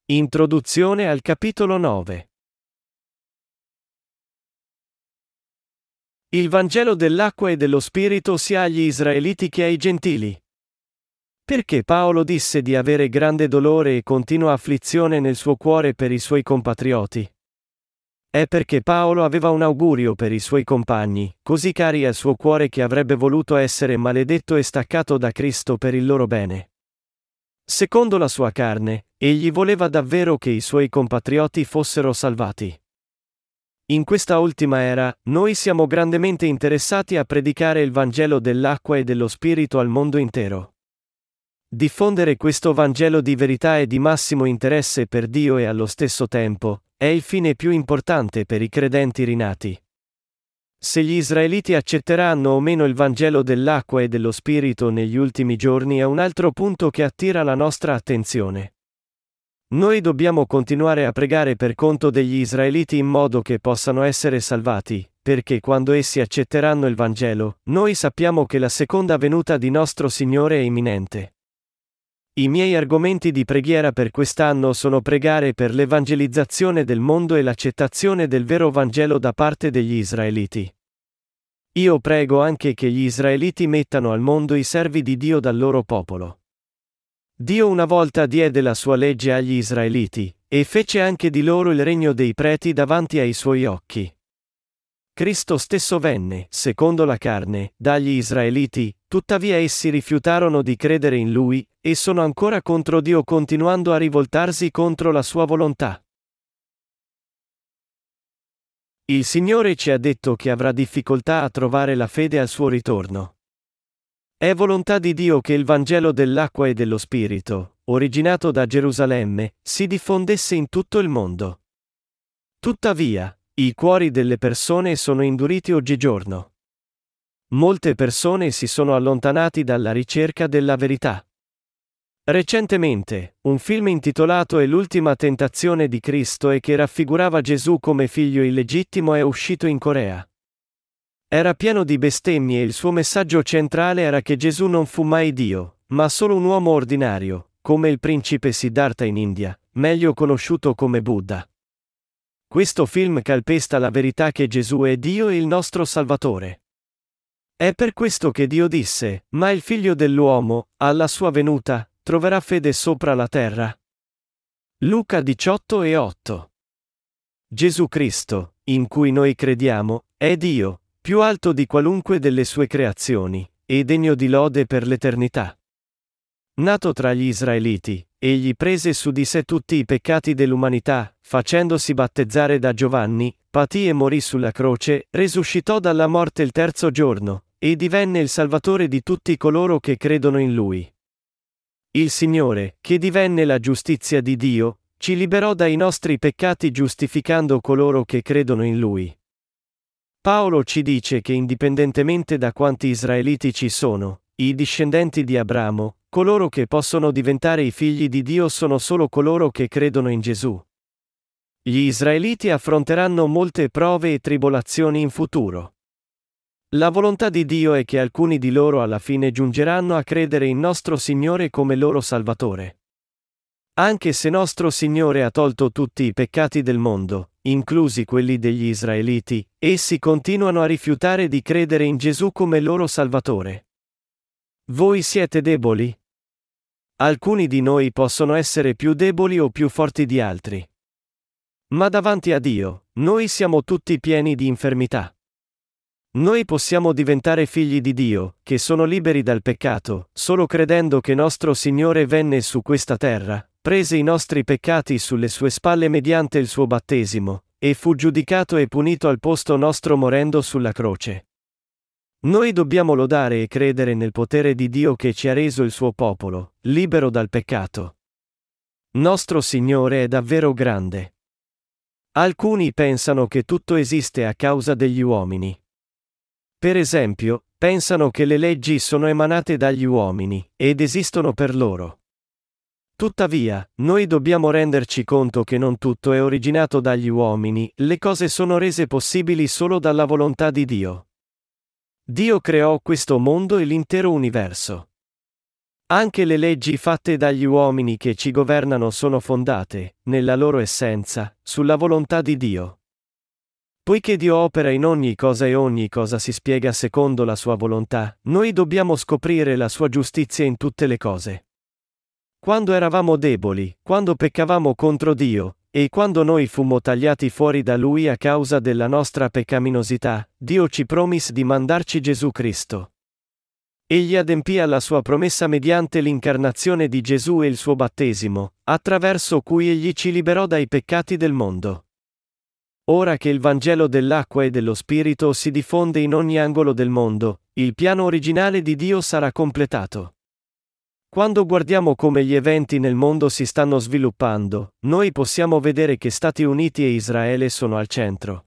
Introduzione al capitolo 9. Il Vangelo dell'acqua e dello Spirito sia agli Israeliti che ai Gentili. Perché Paolo disse di avere grande dolore e continua afflizione nel suo cuore per i suoi compatrioti? È perché Paolo aveva un augurio per i suoi compagni, così cari al suo cuore, che avrebbe voluto essere maledetto e staccato da Cristo per il loro bene. Secondo la sua carne, egli voleva davvero che i suoi compatrioti fossero salvati. In questa ultima era, noi siamo grandemente interessati a predicare il Vangelo dell'acqua e dello Spirito al mondo intero. Diffondere questo Vangelo di verità è di massimo interesse per Dio e allo stesso tempo, è il fine più importante per i credenti rinati. Se gli israeliti accetteranno o meno il Vangelo dell'acqua e dello Spirito negli ultimi giorni è un altro punto che attira la nostra attenzione. Noi dobbiamo continuare a pregare per conto degli israeliti in modo che possano essere salvati, perché quando essi accetteranno il Vangelo, noi sappiamo che la seconda venuta di nostro Signore è imminente. I miei argomenti di preghiera per quest'anno sono pregare per l'evangelizzazione del mondo e l'accettazione del vero Vangelo da parte degli israeliti. Io prego anche che gli israeliti mettano al mondo i servi di Dio dal loro popolo. Dio una volta diede la sua legge agli israeliti, e fece anche di loro il regno dei preti davanti ai suoi occhi. Cristo stesso venne, secondo la carne, dagli israeliti, tuttavia essi rifiutarono di credere in Lui, e sono ancora contro Dio continuando a rivoltarsi contro la sua volontà. Il Signore ci ha detto che avrà difficoltà a trovare la fede al suo ritorno. È volontà di Dio che il Vangelo dell'acqua e dello Spirito, originato da Gerusalemme, si diffondesse in tutto il mondo. Tuttavia, i cuori delle persone sono induriti oggigiorno. Molte persone si sono allontanati dalla ricerca della verità. Recentemente, un film intitolato È l'ultima tentazione di Cristo e che raffigurava Gesù come figlio illegittimo è uscito in Corea. Era pieno di bestemmie e il suo messaggio centrale era che Gesù non fu mai Dio, ma solo un uomo ordinario, come il principe Siddhartha in India, meglio conosciuto come Buddha. Questo film calpesta la verità che Gesù è Dio e il nostro Salvatore. È per questo che Dio disse, ma il figlio dell'uomo, alla sua venuta, troverà fede sopra la terra. Luca 18:8. Gesù Cristo, in cui noi crediamo, è Dio, più alto di qualunque delle sue creazioni, e degno di lode per l'eternità. Nato tra gli israeliti, egli prese su di sé tutti i peccati dell'umanità, facendosi battezzare da Giovanni, patì e morì sulla croce, risuscitò dalla morte il terzo giorno, e divenne il Salvatore di tutti coloro che credono in Lui. Il Signore, che divenne la giustizia di Dio, ci liberò dai nostri peccati giustificando coloro che credono in Lui. Paolo ci dice che indipendentemente da quanti israeliti ci sono, i discendenti di Abramo, coloro che possono diventare i figli di Dio sono solo coloro che credono in Gesù. Gli israeliti affronteranno molte prove e tribolazioni in futuro. La volontà di Dio è che alcuni di loro alla fine giungeranno a credere in nostro Signore come loro Salvatore. Anche se nostro Signore ha tolto tutti i peccati del mondo, inclusi quelli degli israeliti, essi continuano a rifiutare di credere in Gesù come loro Salvatore. Voi siete deboli? Alcuni di noi possono essere più deboli o più forti di altri. Ma davanti a Dio, noi siamo tutti pieni di infermità. Noi possiamo diventare figli di Dio, che sono liberi dal peccato, solo credendo che nostro Signore venne su questa terra, prese i nostri peccati sulle sue spalle mediante il suo battesimo, e fu giudicato e punito al posto nostro morendo sulla croce. Noi dobbiamo lodare e credere nel potere di Dio che ci ha reso il suo popolo, libero dal peccato. Nostro Signore è davvero grande. Alcuni pensano che tutto esiste a causa degli uomini. Per esempio, pensano che le leggi sono emanate dagli uomini, ed esistono per loro. Tuttavia, noi dobbiamo renderci conto che non tutto è originato dagli uomini, le cose sono rese possibili solo dalla volontà di Dio. Dio creò questo mondo e l'intero universo. Anche le leggi fatte dagli uomini che ci governano sono fondate, nella loro essenza, sulla volontà di Dio. Poiché Dio opera in ogni cosa e ogni cosa si spiega secondo la sua volontà, noi dobbiamo scoprire la sua giustizia in tutte le cose. Quando eravamo deboli, quando peccavamo contro Dio, e quando noi fummo tagliati fuori da Lui a causa della nostra peccaminosità, Dio ci promise di mandarci Gesù Cristo. Egli adempì alla sua promessa mediante l'incarnazione di Gesù e il suo battesimo, attraverso cui egli ci liberò dai peccati del mondo. Ora che il Vangelo dell'acqua e dello Spirito si diffonde in ogni angolo del mondo, il piano originale di Dio sarà completato. Quando guardiamo come gli eventi nel mondo si stanno sviluppando, noi possiamo vedere che Stati Uniti e Israele sono al centro.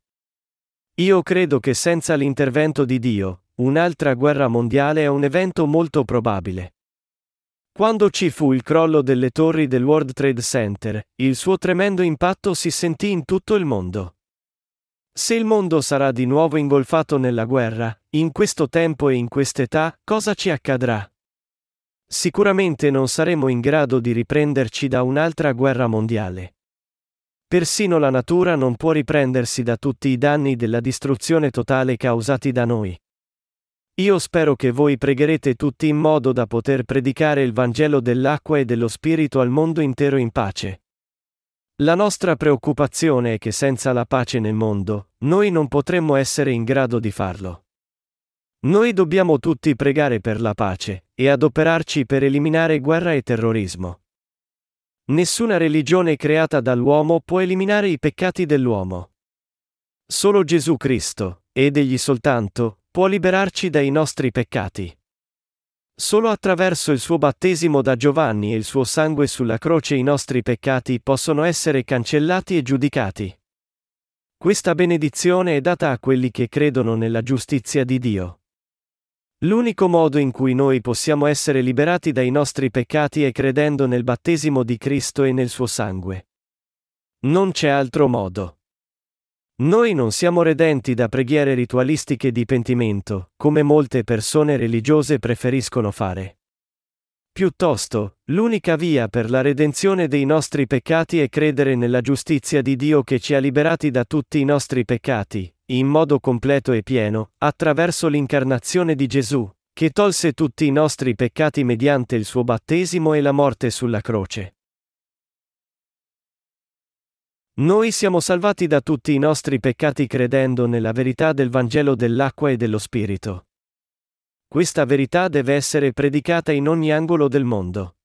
Io credo che senza l'intervento di Dio, un'altra guerra mondiale è un evento molto probabile. Quando ci fu il crollo delle torri del World Trade Center, il suo tremendo impatto si sentì in tutto il mondo. Se il mondo sarà di nuovo ingolfato nella guerra, in questo tempo e in quest'età, cosa ci accadrà? Sicuramente non saremo in grado di riprenderci da un'altra guerra mondiale. Persino la natura non può riprendersi da tutti i danni della distruzione totale causati da noi. Io spero che voi pregherete tutti in modo da poter predicare il Vangelo dell'acqua e dello Spirito al mondo intero in pace. La nostra preoccupazione è che senza la pace nel mondo, noi non potremmo essere in grado di farlo. Noi dobbiamo tutti pregare per la pace, e adoperarci per eliminare guerra e terrorismo. Nessuna religione creata dall'uomo può eliminare i peccati dell'uomo. Solo Gesù Cristo, ed Egli soltanto, può liberarci dai nostri peccati. Solo attraverso il suo battesimo da Giovanni e il suo sangue sulla croce i nostri peccati possono essere cancellati e giudicati. Questa benedizione è data a quelli che credono nella giustizia di Dio. L'unico modo in cui noi possiamo essere liberati dai nostri peccati è credendo nel battesimo di Cristo e nel suo sangue. Non c'è altro modo. Noi non siamo redenti da preghiere ritualistiche di pentimento, come molte persone religiose preferiscono fare. Piuttosto, l'unica via per la redenzione dei nostri peccati è credere nella giustizia di Dio che ci ha liberati da tutti i nostri peccati, in modo completo e pieno, attraverso l'incarnazione di Gesù, che tolse tutti i nostri peccati mediante il suo battesimo e la morte sulla croce. Noi siamo salvati da tutti i nostri peccati credendo nella verità del Vangelo dell'acqua e dello Spirito. Questa verità deve essere predicata in ogni angolo del mondo.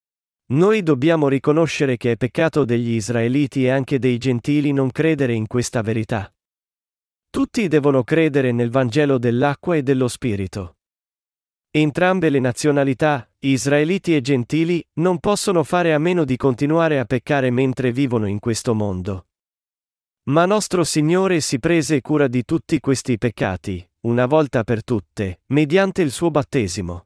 Noi dobbiamo riconoscere che è peccato degli israeliti e anche dei gentili non credere in questa verità. Tutti devono credere nel Vangelo dell'acqua e dello Spirito. Entrambe le nazionalità, israeliti e gentili, non possono fare a meno di continuare a peccare mentre vivono in questo mondo. Ma nostro Signore si prese cura di tutti questi peccati, una volta per tutte, mediante il suo battesimo.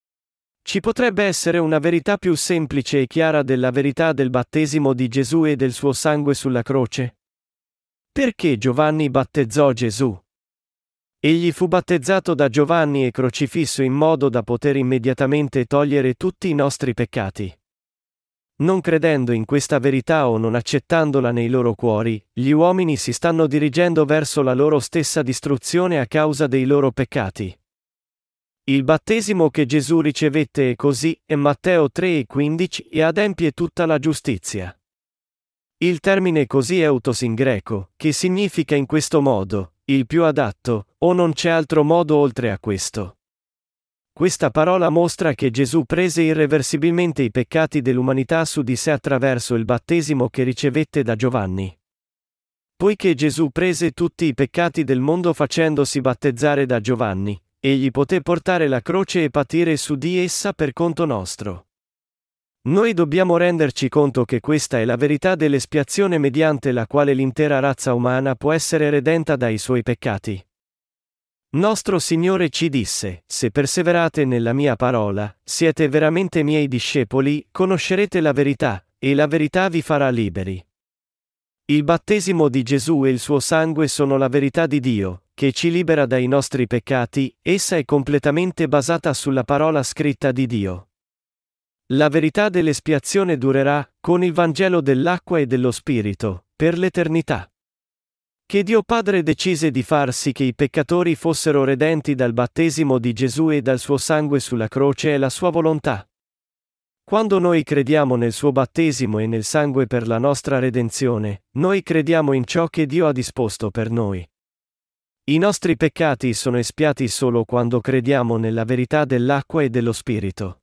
Ci potrebbe essere una verità più semplice e chiara della verità del battesimo di Gesù e del suo sangue sulla croce? Perché Giovanni battezzò Gesù? Egli fu battezzato da Giovanni e crocifisso in modo da poter immediatamente togliere tutti i nostri peccati. Non credendo in questa verità o non accettandola nei loro cuori, gli uomini si stanno dirigendo verso la loro stessa distruzione a causa dei loro peccati. Il battesimo che Gesù ricevette è così, è Matteo 3,15 e adempie tutta la giustizia. Il termine così è autos in greco, che significa in questo modo, il più adatto, o non c'è altro modo oltre a questo. Questa parola mostra che Gesù prese irreversibilmente i peccati dell'umanità su di sé attraverso il battesimo che ricevette da Giovanni. Poiché Gesù prese tutti i peccati del mondo facendosi battezzare da Giovanni, egli poté portare la croce e patire su di essa per conto nostro. Noi dobbiamo renderci conto che questa è la verità dell'espiazione mediante la quale l'intera razza umana può essere redenta dai suoi peccati. Nostro Signore ci disse: se perseverate nella mia parola, siete veramente miei discepoli, conoscerete la verità, e la verità vi farà liberi. Il battesimo di Gesù e il suo sangue sono la verità di Dio, che ci libera dai nostri peccati, essa è completamente basata sulla parola scritta di Dio. La verità dell'espiazione durerà, con il Vangelo dell'acqua e dello Spirito, per l'eternità. Che Dio Padre decise di far sì che i peccatori fossero redenti dal battesimo di Gesù e dal suo sangue sulla croce è la sua volontà. Quando noi crediamo nel suo battesimo e nel sangue per la nostra redenzione, noi crediamo in ciò che Dio ha disposto per noi. I nostri peccati sono espiati solo quando crediamo nella verità dell'acqua e dello Spirito.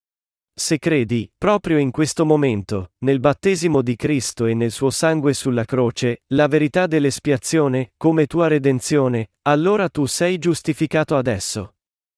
Se credi, proprio in questo momento, nel battesimo di Cristo e nel suo sangue sulla croce, la verità dell'espiazione, come tua redenzione, allora tu sei giustificato adesso.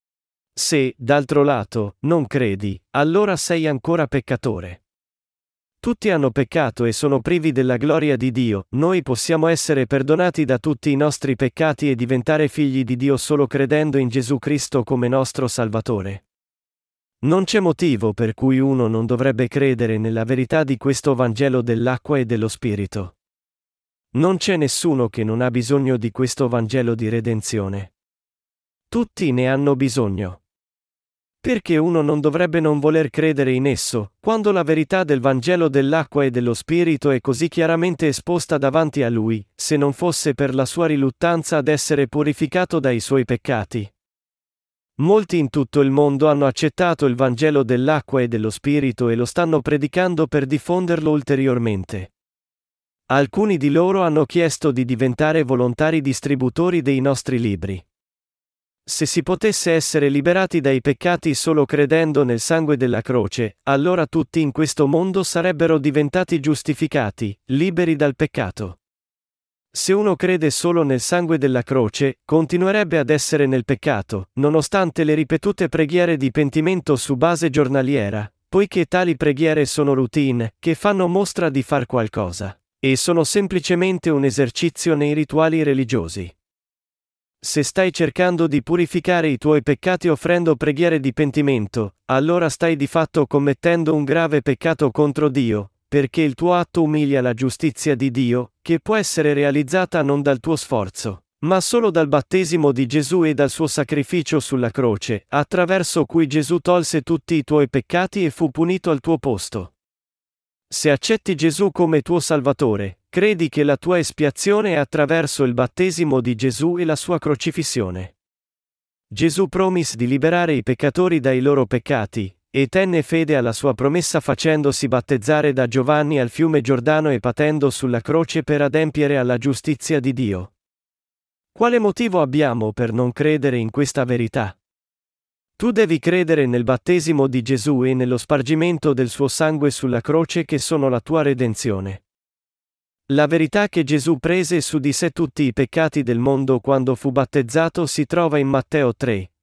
Se, d'altro lato, non credi, allora sei ancora peccatore. Tutti hanno peccato e sono privi della gloria di Dio, noi possiamo essere perdonati da tutti i nostri peccati e diventare figli di Dio solo credendo in Gesù Cristo come nostro Salvatore. Non c'è motivo per cui uno non dovrebbe credere nella verità di questo Vangelo dell'acqua e dello Spirito. Non c'è nessuno che non ha bisogno di questo Vangelo di redenzione. Tutti ne hanno bisogno. Perché uno non dovrebbe non voler credere in esso, quando la verità del Vangelo dell'acqua e dello Spirito è così chiaramente esposta davanti a lui, se non fosse per la sua riluttanza ad essere purificato dai suoi peccati? Molti in tutto il mondo hanno accettato il Vangelo dell'acqua e dello Spirito e lo stanno predicando per diffonderlo ulteriormente. Alcuni di loro hanno chiesto di diventare volontari distributori dei nostri libri. Se si potesse essere liberati dai peccati solo credendo nel sangue della croce, allora tutti in questo mondo sarebbero diventati giustificati, liberi dal peccato. Se uno crede solo nel sangue della croce, continuerebbe ad essere nel peccato, nonostante le ripetute preghiere di pentimento su base giornaliera, poiché tali preghiere sono routine, che fanno mostra di far qualcosa, e sono semplicemente un esercizio nei rituali religiosi. Se stai cercando di purificare i tuoi peccati offrendo preghiere di pentimento, allora stai di fatto commettendo un grave peccato contro Dio, perché il tuo atto umilia la giustizia di Dio, che può essere realizzata non dal tuo sforzo, ma solo dal battesimo di Gesù e dal suo sacrificio sulla croce, attraverso cui Gesù tolse tutti i tuoi peccati e fu punito al tuo posto. Se accetti Gesù come tuo Salvatore, credi che la tua espiazione è attraverso il battesimo di Gesù e la sua crocifissione. Gesù promise di liberare i peccatori dai loro peccati, e tenne fede alla sua promessa facendosi battezzare da Giovanni al fiume Giordano e patendo sulla croce per adempiere alla giustizia di Dio. Quale motivo abbiamo per non credere in questa verità? Tu devi credere nel battesimo di Gesù e nello spargimento del suo sangue sulla croce che sono la tua redenzione. La verità che Gesù prese su di sé tutti i peccati del mondo quando fu battezzato si trova in Matteo 3,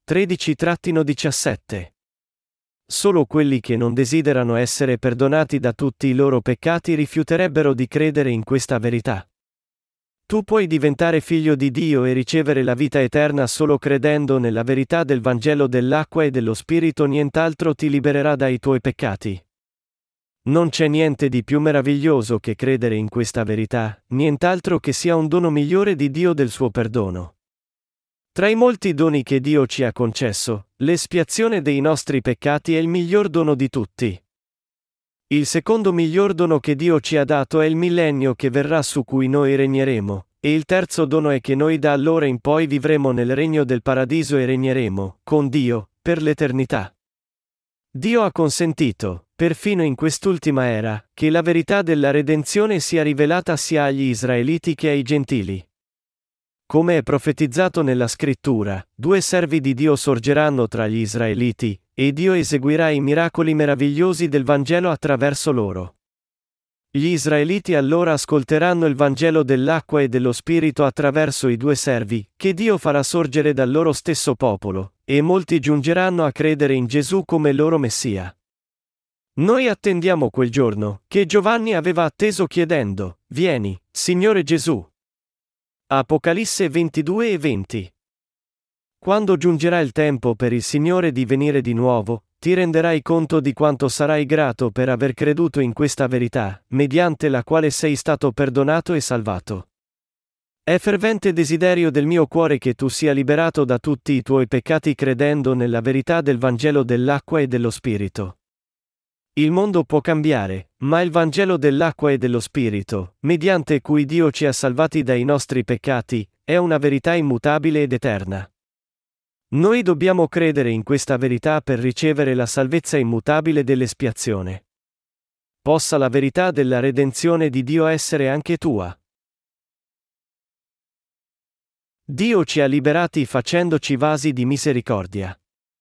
13-17. Solo quelli che non desiderano essere perdonati da tutti i loro peccati rifiuterebbero di credere in questa verità. Tu puoi diventare figlio di Dio e ricevere la vita eterna solo credendo nella verità del Vangelo dell'acqua e dello Spirito, nient'altro ti libererà dai tuoi peccati. Non c'è niente di più meraviglioso che credere in questa verità, nient'altro che sia un dono migliore di Dio del suo perdono. Tra i molti doni che Dio ci ha concesso, l'espiazione dei nostri peccati è il miglior dono di tutti. Il secondo miglior dono che Dio ci ha dato è il millennio che verrà su cui noi regneremo, e il terzo dono è che noi da allora in poi vivremo nel regno del paradiso e regneremo, con Dio, per l'eternità. Dio ha consentito, perfino in quest'ultima era, che la verità della redenzione sia rivelata sia agli Israeliti che ai Gentili. Come è profetizzato nella Scrittura, 2 servi di Dio sorgeranno tra gli Israeliti, e Dio eseguirà i miracoli meravigliosi del Vangelo attraverso loro. Gli Israeliti allora ascolteranno il Vangelo dell'acqua e dello Spirito attraverso i 2 servi, che Dio farà sorgere dal loro stesso popolo, e molti giungeranno a credere in Gesù come loro Messia. Noi attendiamo quel giorno, che Giovanni aveva atteso chiedendo: Vieni, Signore Gesù. Apocalisse 22 e 20. Quando giungerà il tempo per il Signore di venire di nuovo, ti renderai conto di quanto sarai grato per aver creduto in questa verità, mediante la quale sei stato perdonato e salvato. È fervente desiderio del mio cuore che tu sia liberato da tutti i tuoi peccati credendo nella verità del Vangelo dell'acqua e dello Spirito. Il mondo può cambiare, ma il Vangelo dell'acqua e dello Spirito, mediante cui Dio ci ha salvati dai nostri peccati, è una verità immutabile ed eterna. Noi dobbiamo credere in questa verità per ricevere la salvezza immutabile dell'espiazione. Possa la verità della redenzione di Dio essere anche tua. Dio ci ha liberati facendoci vasi di misericordia.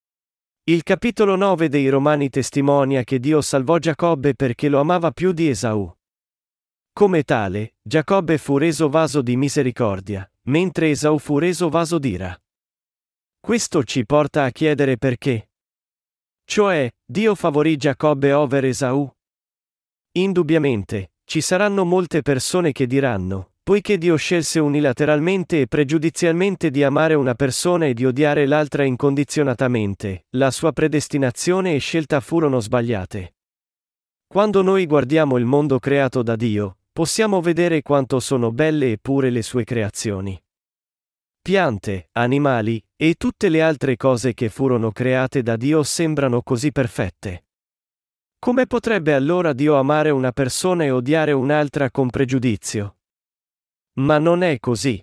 Il capitolo 9 dei Romani testimonia che Dio salvò Giacobbe perché lo amava più di Esaù. Come tale, Giacobbe fu reso vaso di misericordia, mentre Esaù fu reso vaso d'ira. Questo ci porta a chiedere perché. Cioè, Dio favorì Giacobbe over Esaù? Indubbiamente, ci saranno molte persone che diranno, poiché Dio scelse unilateralmente e pregiudizialmente di amare una persona e di odiare l'altra incondizionatamente, la sua predestinazione e scelta furono sbagliate. Quando noi guardiamo il mondo creato da Dio, possiamo vedere quanto sono belle e pure le sue creazioni. Piante, animali, e tutte le altre cose che furono create da Dio sembrano così perfette. Come potrebbe allora Dio amare una persona e odiare un'altra con pregiudizio? Ma non è così.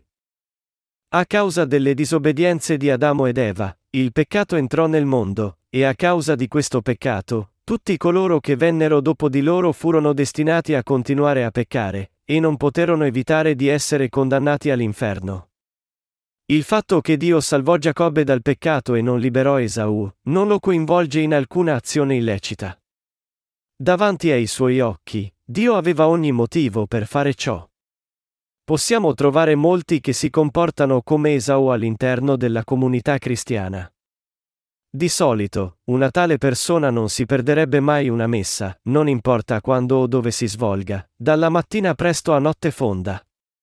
A causa delle disobbedienze di Adamo ed Eva, il peccato entrò nel mondo, e a causa di questo peccato, tutti coloro che vennero dopo di loro furono destinati a continuare a peccare, e non poterono evitare di essere condannati all'inferno. Il fatto che Dio salvò Giacobbe dal peccato e non liberò Esaù, non lo coinvolge in alcuna azione illecita. Davanti ai suoi occhi, Dio aveva ogni motivo per fare ciò. Possiamo trovare molti che si comportano come Esaù all'interno della comunità cristiana. Di solito, una tale persona non si perderebbe mai una messa, non importa quando o dove si svolga, dalla mattina presto a notte fonda.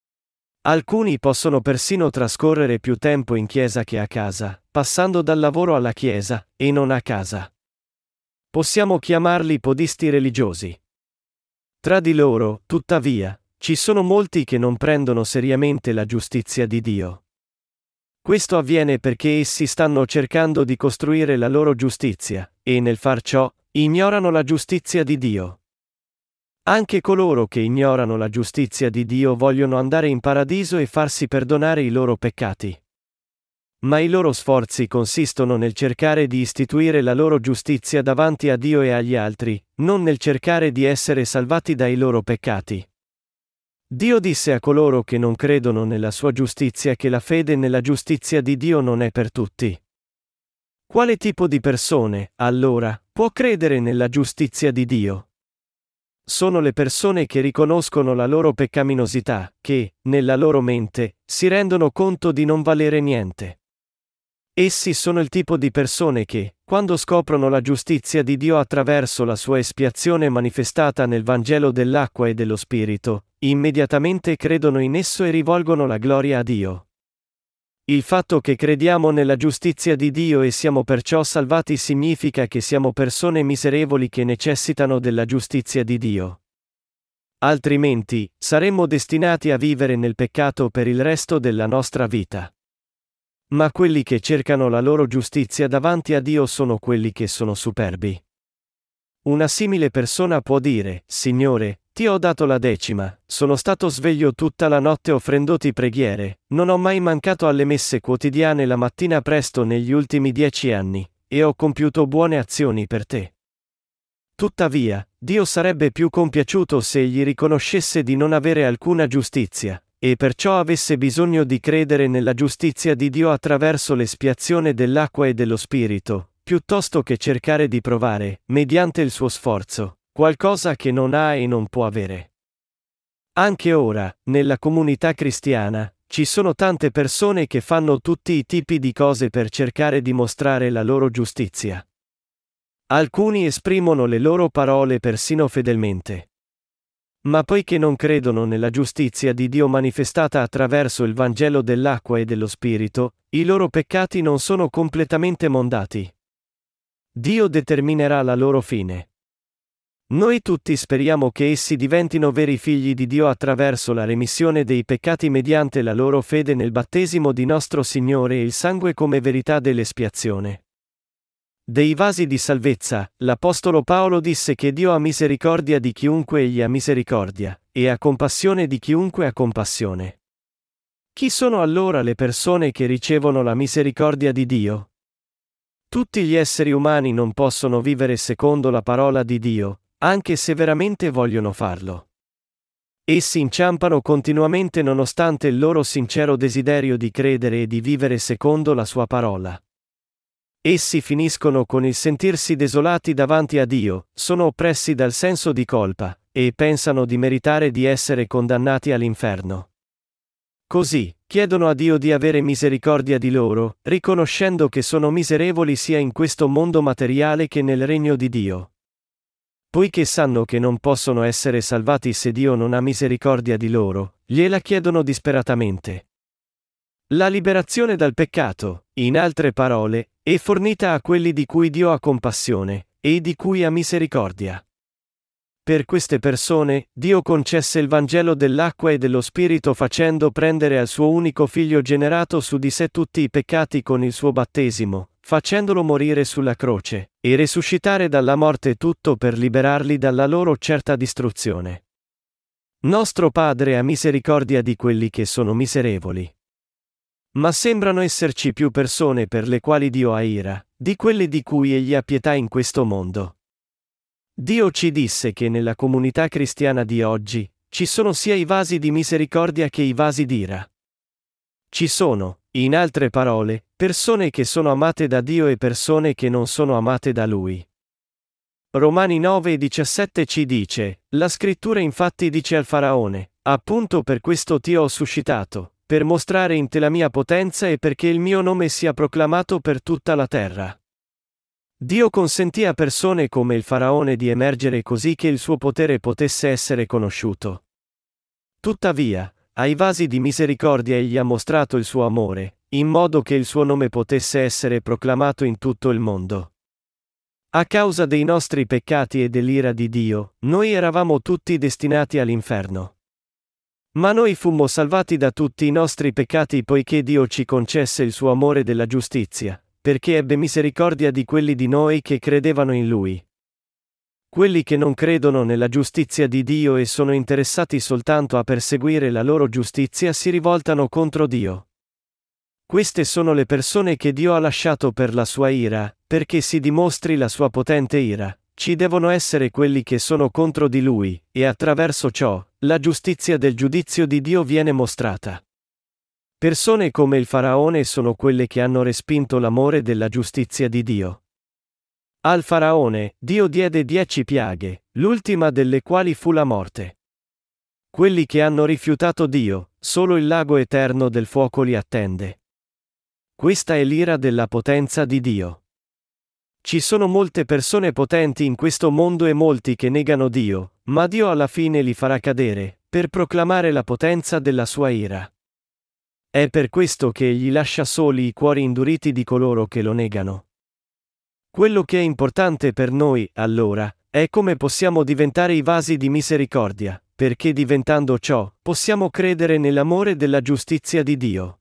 Alcuni possono persino trascorrere più tempo in chiesa che a casa, passando dal lavoro alla chiesa, e non a casa. Possiamo chiamarli podisti religiosi. Tra di loro, tuttavia, ci sono molti che non prendono seriamente la giustizia di Dio. Questo avviene perché essi stanno cercando di costruire la loro giustizia, e nel far ciò, ignorano la giustizia di Dio. Anche coloro che ignorano la giustizia di Dio vogliono andare in paradiso e farsi perdonare i loro peccati. Ma i loro sforzi consistono nel cercare di istituire la loro giustizia davanti a Dio e agli altri, non nel cercare di essere salvati dai loro peccati. Dio disse a coloro che non credono nella sua giustizia che la fede nella giustizia di Dio non è per tutti. Quale tipo di persone, allora, può credere nella giustizia di Dio? Sono le persone che riconoscono la loro peccaminosità, che, nella loro mente, si rendono conto di non valere niente. Essi sono il tipo di persone che, quando scoprono la giustizia di Dio attraverso la sua espiazione manifestata nel Vangelo dell'acqua e dello Spirito, immediatamente credono in esso e rivolgono la gloria a Dio. Il fatto che crediamo nella giustizia di Dio e siamo perciò salvati significa che siamo persone miserevoli che necessitano della giustizia di Dio. Altrimenti, saremmo destinati a vivere nel peccato per il resto della nostra vita. Ma quelli che cercano la loro giustizia davanti a Dio sono quelli che sono superbi. Una simile persona può dire: Signore, ti ho dato la 10, sono stato sveglio tutta la notte offrendoti preghiere, non ho mai mancato alle messe quotidiane la mattina presto negli ultimi 10 anni, e ho compiuto buone azioni per te. Tuttavia, Dio sarebbe più compiaciuto se egli riconoscesse di non avere alcuna giustizia, e perciò avesse bisogno di credere nella giustizia di Dio attraverso l'espiazione dell'acqua e dello Spirito, piuttosto che cercare di provare, mediante il suo sforzo, qualcosa che non ha e non può avere. Anche ora, nella comunità cristiana, ci sono tante persone che fanno tutti i tipi di cose per cercare di mostrare la loro giustizia. Alcuni esprimono le loro parole persino fedelmente. Ma poiché non credono nella giustizia di Dio manifestata attraverso il Vangelo dell'acqua e dello Spirito, i loro peccati non sono completamente mondati. Dio determinerà la loro fine. Noi tutti speriamo che essi diventino veri figli di Dio attraverso la remissione dei peccati mediante la loro fede nel battesimo di nostro Signore e il sangue come verità dell'espiazione. Dei vasi di salvezza, l'Apostolo Paolo disse che Dio ha misericordia di chiunque egli ha misericordia, e ha compassione di chiunque ha compassione. Chi sono allora le persone che ricevono la misericordia di Dio? Tutti gli esseri umani non possono vivere secondo la parola di Dio, anche se veramente vogliono farlo. Essi inciampano continuamente nonostante il loro sincero desiderio di credere e di vivere secondo la sua parola. Essi finiscono con il sentirsi desolati davanti a Dio, sono oppressi dal senso di colpa, e pensano di meritare di essere condannati all'inferno. Così, chiedono a Dio di avere misericordia di loro, riconoscendo che sono miserevoli sia in questo mondo materiale che nel regno di Dio. Poiché sanno che non possono essere salvati se Dio non ha misericordia di loro, gliela chiedono disperatamente. La liberazione dal peccato, in altre parole, è fornita a quelli di cui Dio ha compassione, e di cui ha misericordia. Per queste persone, Dio concesse il Vangelo dell'acqua e dello Spirito facendo prendere al suo unico figlio generato su di sé tutti i peccati con il suo battesimo, facendolo morire sulla croce, e resuscitare dalla morte tutto per liberarli dalla loro certa distruzione. Nostro Padre ha misericordia di quelli che sono miserevoli. Ma sembrano esserci più persone per le quali Dio ha ira, di quelle di cui egli ha pietà in questo mondo. Dio ci disse che nella comunità cristiana di oggi, ci sono sia i vasi di misericordia che i vasi d'ira. Ci sono, in altre parole, persone che sono amate da Dio e persone che non sono amate da Lui. Romani 9:17 ci dice, la scrittura infatti dice al Faraone, appunto per questo ti ho suscitato, per mostrare in te la mia potenza e perché il mio nome sia proclamato per tutta la terra. Dio consentì a persone come il Faraone di emergere così che il suo potere potesse essere conosciuto. Tuttavia, ai vasi di misericordia egli ha mostrato il suo amore, in modo che il suo nome potesse essere proclamato in tutto il mondo. A causa dei nostri peccati e dell'ira di Dio, noi eravamo tutti destinati all'inferno. Ma noi fummo salvati da tutti i nostri peccati poiché Dio ci concesse il suo amore della giustizia, perché ebbe misericordia di quelli di noi che credevano in Lui. Quelli che non credono nella giustizia di Dio e sono interessati soltanto a perseguire la loro giustizia si rivoltano contro Dio. Queste sono le persone che Dio ha lasciato per la sua ira, perché si dimostri la sua potente ira. Ci devono essere quelli che sono contro di Lui, e attraverso ciò, la giustizia del giudizio di Dio viene mostrata. Persone come il Faraone sono quelle che hanno respinto l'amore della giustizia di Dio. Al Faraone, Dio diede 10 piaghe, l'ultima delle quali fu la morte. Quelli che hanno rifiutato Dio, solo il lago eterno del fuoco li attende. Questa è l'ira della potenza di Dio. Ci sono molte persone potenti in questo mondo e molti che negano Dio, ma Dio alla fine li farà cadere, per proclamare la potenza della sua ira. È per questo che egli lascia soli i cuori induriti di coloro che lo negano. Quello che è importante per noi, allora, è come possiamo diventare i vasi di misericordia, perché diventando ciò, possiamo credere nell'amore della giustizia di Dio.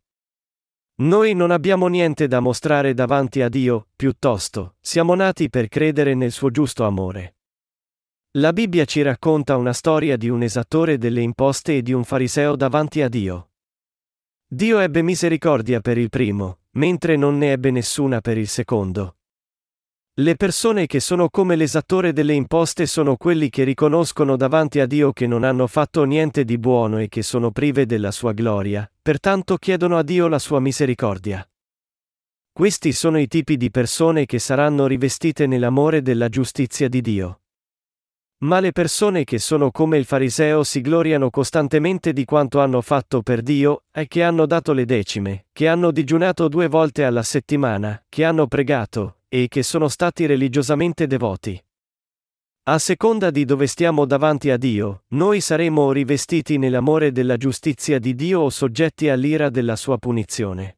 Noi non abbiamo niente da mostrare davanti a Dio, piuttosto, siamo nati per credere nel suo giusto amore. La Bibbia ci racconta una storia di un esattore delle imposte e di un fariseo davanti a Dio. Dio ebbe misericordia per il primo, mentre non ne ebbe nessuna per il secondo. Le persone che sono come l'esattore delle imposte sono quelli che riconoscono davanti a Dio che non hanno fatto niente di buono e che sono prive della sua gloria, pertanto chiedono a Dio la sua misericordia. Questi sono i tipi di persone che saranno rivestite nell'amore della giustizia di Dio. Ma le persone che sono come il fariseo si gloriano costantemente di quanto hanno fatto per Dio, e che hanno dato le decime, che hanno digiunato 2 volte alla settimana, che hanno pregato, e che sono stati religiosamente devoti. A seconda di dove stiamo davanti a Dio, noi saremo o rivestiti nell'amore della giustizia di Dio o soggetti all'ira della sua punizione.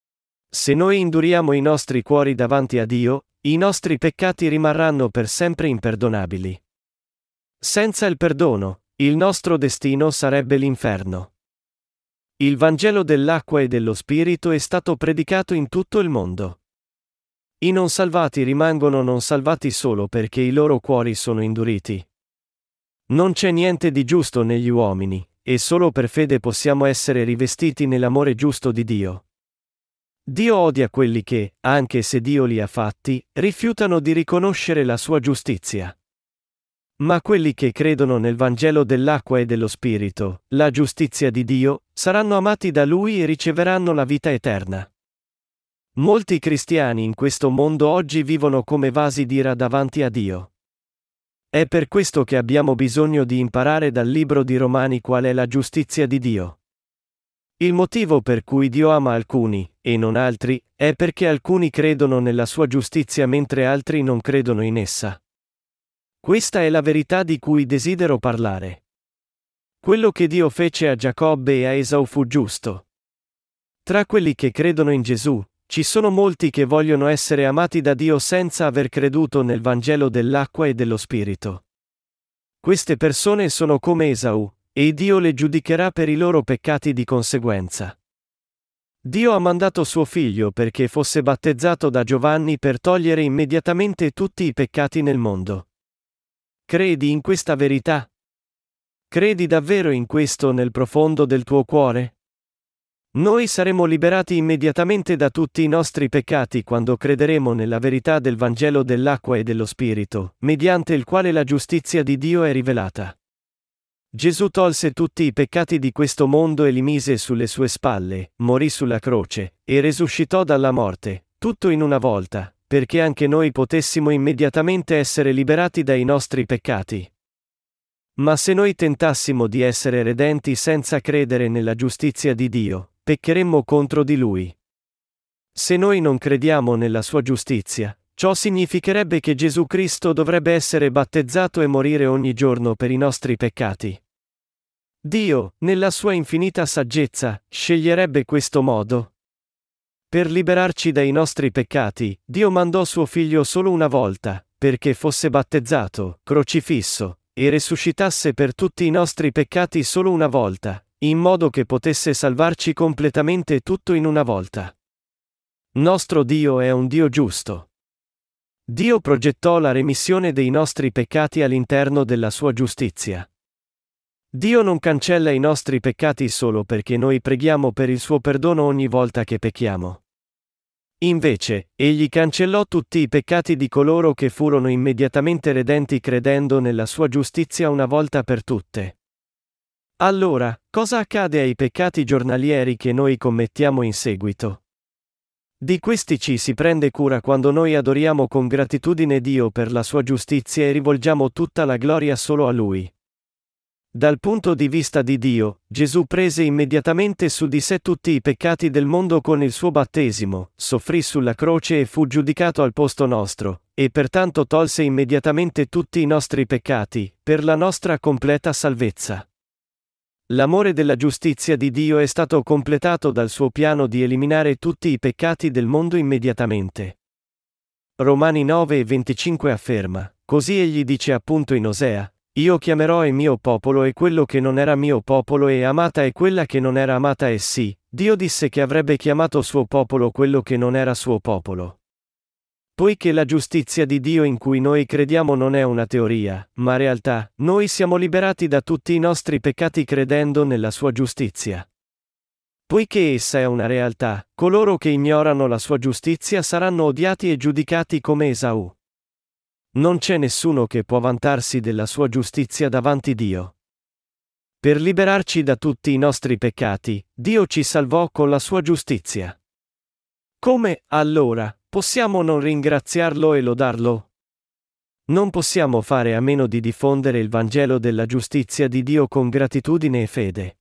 Se noi induriamo i nostri cuori davanti a Dio, i nostri peccati rimarranno per sempre imperdonabili. Senza il perdono, il nostro destino sarebbe l'inferno. Il Vangelo dell'acqua e dello Spirito è stato predicato in tutto il mondo. I non salvati rimangono non salvati solo perché i loro cuori sono induriti. Non c'è niente di giusto negli uomini, e solo per fede possiamo essere rivestiti nell'amore giusto di Dio. Dio odia quelli che, anche se Dio li ha fatti, rifiutano di riconoscere la sua giustizia. Ma quelli che credono nel Vangelo dell'acqua e dello Spirito, la giustizia di Dio, saranno amati da Lui e riceveranno la vita eterna. Molti cristiani in questo mondo oggi vivono come vasi d'ira davanti a Dio. È per questo che abbiamo bisogno di imparare dal libro di Romani qual è la giustizia di Dio. Il motivo per cui Dio ama alcuni, e non altri, è perché alcuni credono nella sua giustizia mentre altri non credono in essa. Questa è la verità di cui desidero parlare. Quello che Dio fece a Giacobbe e a Esau fu giusto. Tra quelli che credono in Gesù, ci sono molti che vogliono essere amati da Dio senza aver creduto nel Vangelo dell'acqua e dello Spirito. Queste persone sono come Esau, e Dio le giudicherà per i loro peccati di conseguenza. Dio ha mandato suo figlio perché fosse battezzato da Giovanni per togliere immediatamente tutti i peccati nel mondo. Credi in questa verità? Credi davvero in questo nel profondo del tuo cuore? Noi saremo liberati immediatamente da tutti i nostri peccati quando crederemo nella verità del Vangelo dell'acqua e dello Spirito, mediante il quale la giustizia di Dio è rivelata. Gesù tolse tutti i peccati di questo mondo e li mise sulle sue spalle, morì sulla croce, e risuscitò dalla morte, tutto in una volta, perché anche noi potessimo immediatamente essere liberati dai nostri peccati. Ma se noi tentassimo di essere redenti senza credere nella giustizia di Dio, peccheremmo contro di Lui. Se noi non crediamo nella sua giustizia, ciò significherebbe che Gesù Cristo dovrebbe essere battezzato e morire ogni giorno per i nostri peccati. Dio, nella sua infinita saggezza, sceglierebbe questo modo? Per liberarci dai nostri peccati, Dio mandò suo figlio solo una volta, perché fosse battezzato, crocifisso, e risuscitasse per tutti i nostri peccati solo una volta, in modo che potesse salvarci completamente tutto in una volta. Nostro Dio è un Dio giusto. Dio progettò la remissione dei nostri peccati all'interno della sua giustizia. Dio non cancella i nostri peccati solo perché noi preghiamo per il suo perdono ogni volta che pecchiamo. Invece, Egli cancellò tutti i peccati di coloro che furono immediatamente redenti credendo nella sua giustizia una volta per tutte. Allora, cosa accade ai peccati giornalieri che noi commettiamo in seguito? Di questi ci si prende cura quando noi adoriamo con gratitudine Dio per la sua giustizia e rivolgiamo tutta la gloria solo a Lui. Dal punto di vista di Dio, Gesù prese immediatamente su di sé tutti i peccati del mondo con il suo battesimo, soffrì sulla croce e fu giudicato al posto nostro, e pertanto tolse immediatamente tutti i nostri peccati, per la nostra completa salvezza. L'amore della giustizia di Dio è stato completato dal suo piano di eliminare tutti i peccati del mondo immediatamente. Romani 9:25 afferma, così egli dice appunto in Osea, io chiamerò il mio popolo e quello che non era mio popolo e amata e quella che non era amata e sì, Dio disse che avrebbe chiamato suo popolo quello che non era suo popolo. Poiché la giustizia di Dio in cui noi crediamo non è una teoria, ma realtà, noi siamo liberati da tutti i nostri peccati credendo nella sua giustizia. Poiché essa è una realtà, coloro che ignorano la sua giustizia saranno odiati e giudicati come Esau. Non c'è nessuno che può vantarsi della sua giustizia davanti Dio. Per liberarci da tutti i nostri peccati, Dio ci salvò con la sua giustizia. Come, allora, possiamo non ringraziarlo e lodarlo? Non possiamo fare a meno di diffondere il Vangelo della giustizia di Dio con gratitudine e fede.